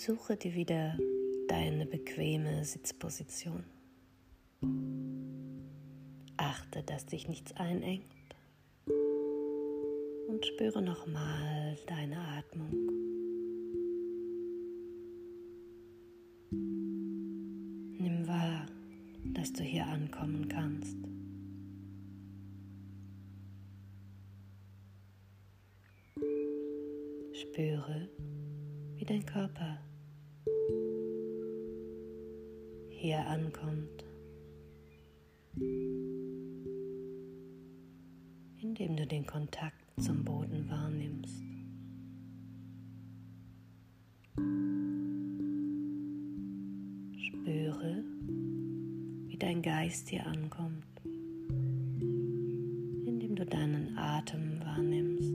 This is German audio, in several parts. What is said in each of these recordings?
Suche dir wieder deine bequeme Sitzposition. Achte, dass dich nichts einengt und spüre nochmal deine Atmung. Nimm wahr, dass du hier ankommen kannst. Spüre, wie dein Körper hier ankommt, indem du den Kontakt zum Boden wahrnimmst. Spüre, wie dein Geist hier ankommt, indem du deinen Atem wahrnimmst.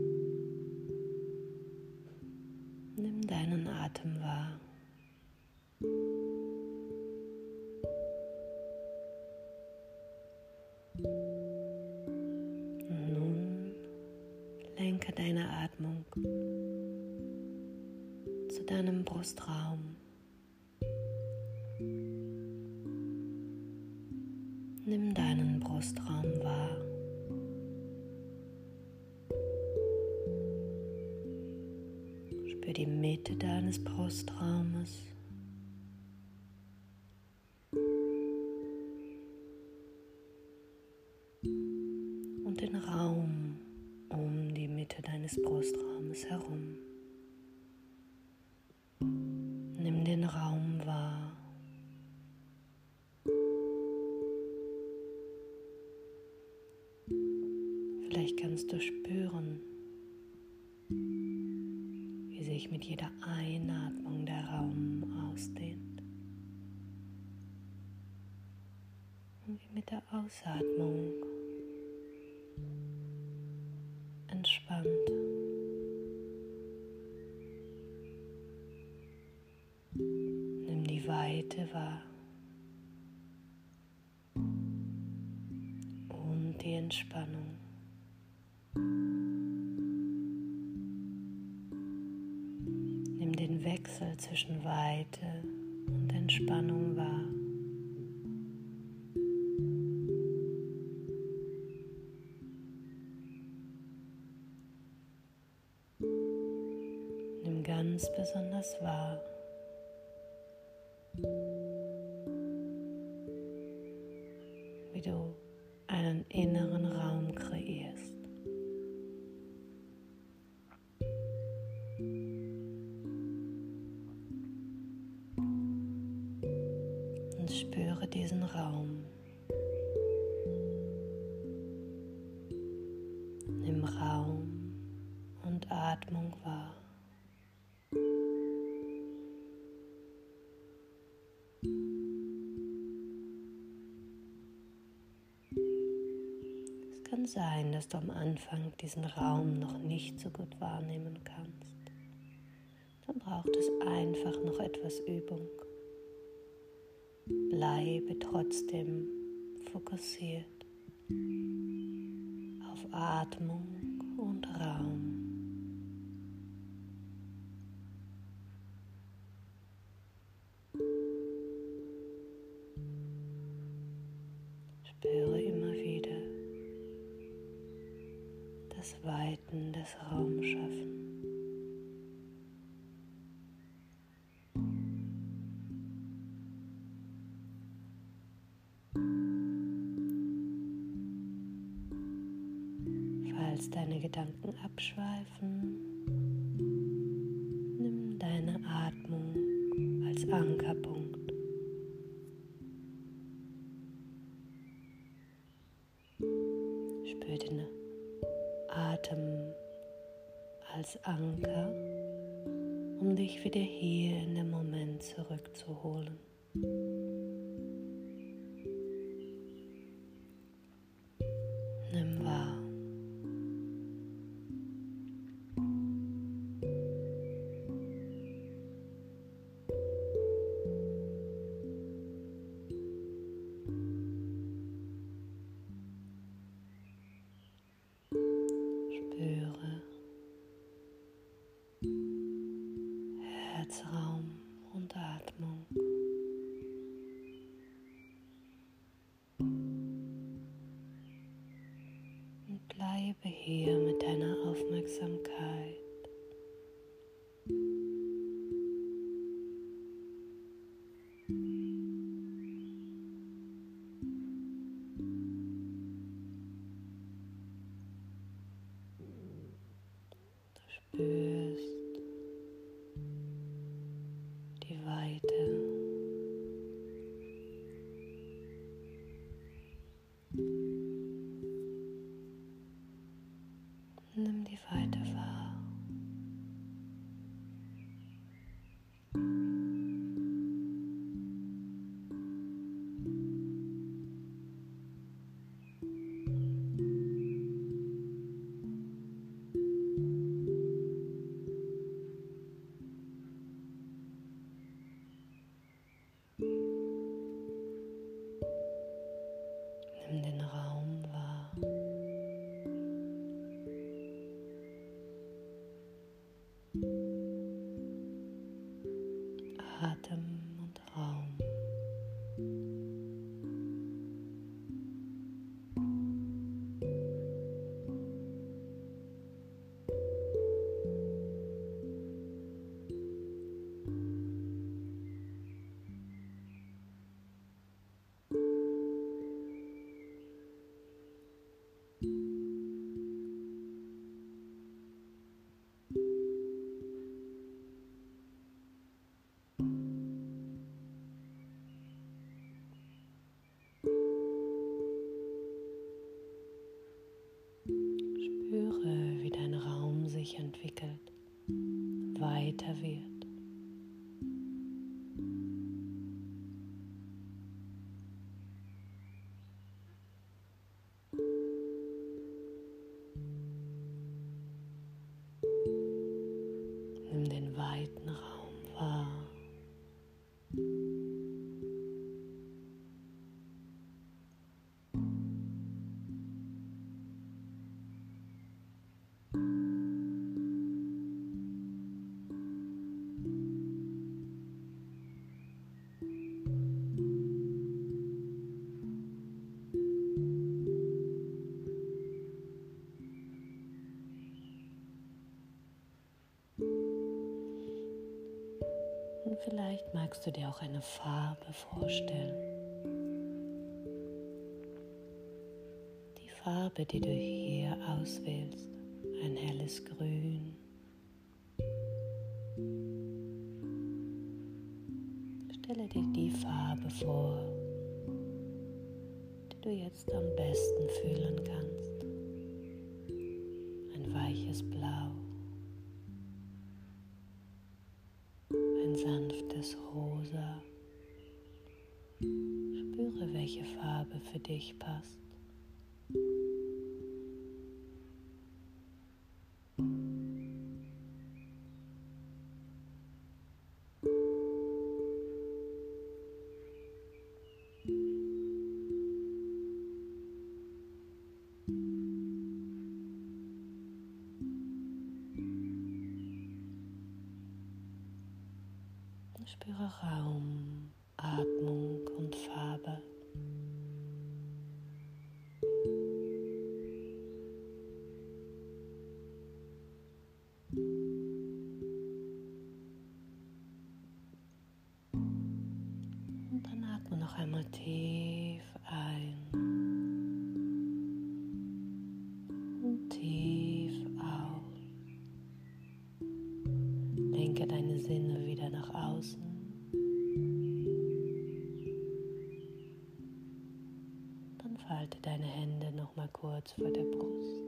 Nimm deinen Atem wahr. Nun lenke deine Atmung zu deinem Brustraum. Nimm deinen Brustraum wahr. Spür die Mitte deines Brustraumes. Und den Raum um die Mitte deines Brustraumes herum. Nimm den Raum wahr. Vielleicht kannst du spüren, wie sich mit jeder Einatmung der Raum ausdehnt und wie mit der Ausatmung entspannt. Nimm die Weite wahr und die Entspannung. Nimm den Wechsel zwischen Weite und Entspannung wahr. Nimm ganz besonders wahr, wie du einen inneren Raum kreierst. Und spüre diesen Raum. Nimm Raum und Atmung wahr. Es kann sein, dass du am Anfang diesen Raum noch nicht so gut wahrnehmen kannst. Dann braucht es einfach noch etwas Übung. Bleibe trotzdem fokussiert auf Atmung und Raum. Spüre immer wieder das Weiten des Raumschaffen. Falls deine Gedanken abschweifen, nimm deine Atmung als Ankerpunkt. Spür den Atem als Anker, um dich wieder hier in den Moment zurückzuholen. Nimm wahr. Spüre Herzraum. Und bleibe hier mit deiner Aufmerksamkeit. Du spürst die Weite. Nimm die Weite wahr. Nimm den Raum wahr. Atem und Raum. Spüre, wie dein Raum sich entwickelt, weiter wird. Nimm den weiten Raum wahr. Und vielleicht magst du dir auch eine Farbe vorstellen. Die Farbe, die du hier auswählst, ein helles Grün. Stelle dir die Farbe vor, die du jetzt am besten fühlen kannst. Ein weiches Blau, ein sanftes Rosa. Spüre, welche Farbe für dich passt. Spüre Raum, Atmung und Farbe. Und dann atme noch einmal tief ein und tief aus. Lenke deine Sinne wieder nach außen. Dann falte deine Hände noch mal kurz vor der Brust.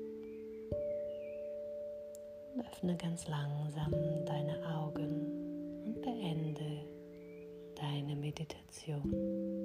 Und öffne ganz langsam deine Augen und beende deine Meditation.